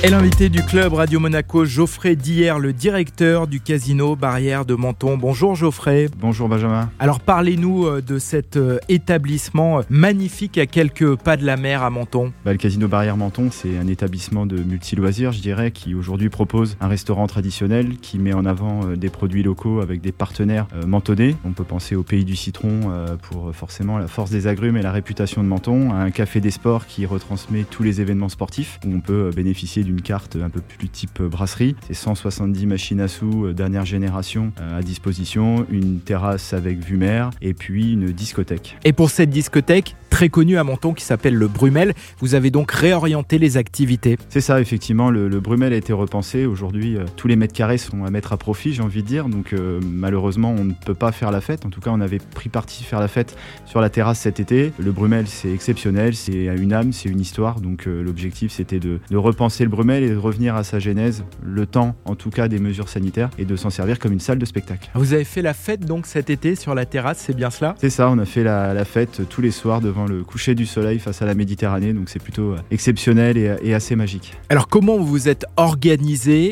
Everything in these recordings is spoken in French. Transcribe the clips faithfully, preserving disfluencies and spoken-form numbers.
Et l'invité du club Radio Monaco, Geoffrey D'Hier, le directeur du casino Barrière de Menton. Bonjour Geoffrey. Bonjour Benjamin. Alors parlez-nous de cet établissement magnifique à quelques pas de la mer à Menton. Bah, le casino Barrière Menton, c'est un établissement de multi-loisirs, je dirais, qui aujourd'hui propose un restaurant traditionnel qui met en avant des produits locaux avec des partenaires euh, mentonnais. On peut penser au Pays du Citron euh, pour forcément la force des agrumes et la réputation de Menton, à un café des sports qui retransmet tous les événements sportifs où on peut bénéficier d'une une carte un peu plus type brasserie. C'est cent soixante-dix machines à sous euh, dernière génération euh, à disposition, une terrasse avec vue mer et puis une discothèque. Et pour cette discothèque très connue à Menton qui s'appelle le Brumel, vous avez donc réorienté les activités. C'est ça, effectivement, le, le Brumel a été repensé. Aujourd'hui, euh, tous les mètres carrés sont à mettre à profit, j'ai envie de dire. Donc euh, malheureusement, on ne peut pas faire la fête. En tout cas, on avait pris parti faire la fête sur la terrasse cet été. Le Brumel, c'est exceptionnel, c'est une âme, c'est une histoire. Donc euh, l'objectif, c'était de, de repenser le Brumel et de revenir à sa genèse, le temps en tout cas des mesures sanitaires, et de s'en servir comme une salle de spectacle. Vous avez fait la fête donc cet été sur la terrasse, c'est bien cela ? C'est ça, on a fait la, la fête tous les soirs devant le coucher du soleil face à la Méditerranée, donc c'est plutôt exceptionnel et, et assez magique. Alors comment vous vous êtes organisé ?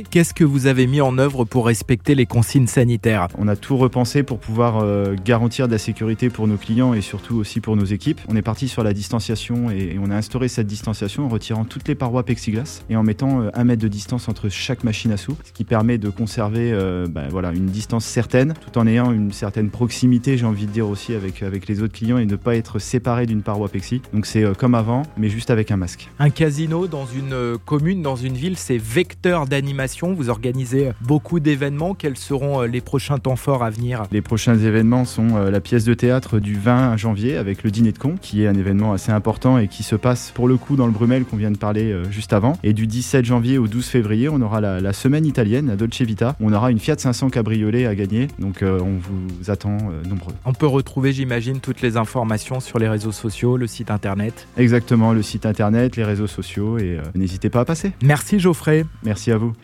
Qu'est-ce que vous avez mis en œuvre pour respecter les consignes sanitaires ? On a tout repensé pour pouvoir euh, garantir de la sécurité pour nos clients et surtout aussi pour nos équipes. On est parti sur la distanciation et, et on a instauré cette distanciation en retirant toutes les parois plexiglas et en mettant euh, un mètre de distance entre chaque machine à sous, ce qui permet de conserver euh, bah, voilà, une distance certaine, tout en ayant une certaine proximité, j'ai envie de dire aussi, avec, avec les autres clients et ne pas être séparé d'une paroi plexi. Donc c'est euh, comme avant, mais juste avec un masque. Un casino dans une euh, commune, dans une ville, c'est vecteur d'animation. Vous organisez beaucoup d'événements. Quels seront euh, les prochains temps forts à venir ? Les prochains événements sont euh, la pièce de théâtre du vingt janvier avec le dîner de cons, qui est un événement assez important et qui se passe pour le coup dans le Brumel qu'on vient de parler euh, juste avant. Et du dix-sept janvier au douze février, on aura la, la semaine italienne à Dolce Vita. On aura une Fiat cinq cents cabriolet à gagner, donc euh, on vous attend euh, nombreux. On peut retrouver, j'imagine, toutes les informations sur les réseaux sociaux, le site internet. Exactement, le site internet, les réseaux sociaux, et euh, n'hésitez pas à passer. Merci Geoffrey. Merci à vous.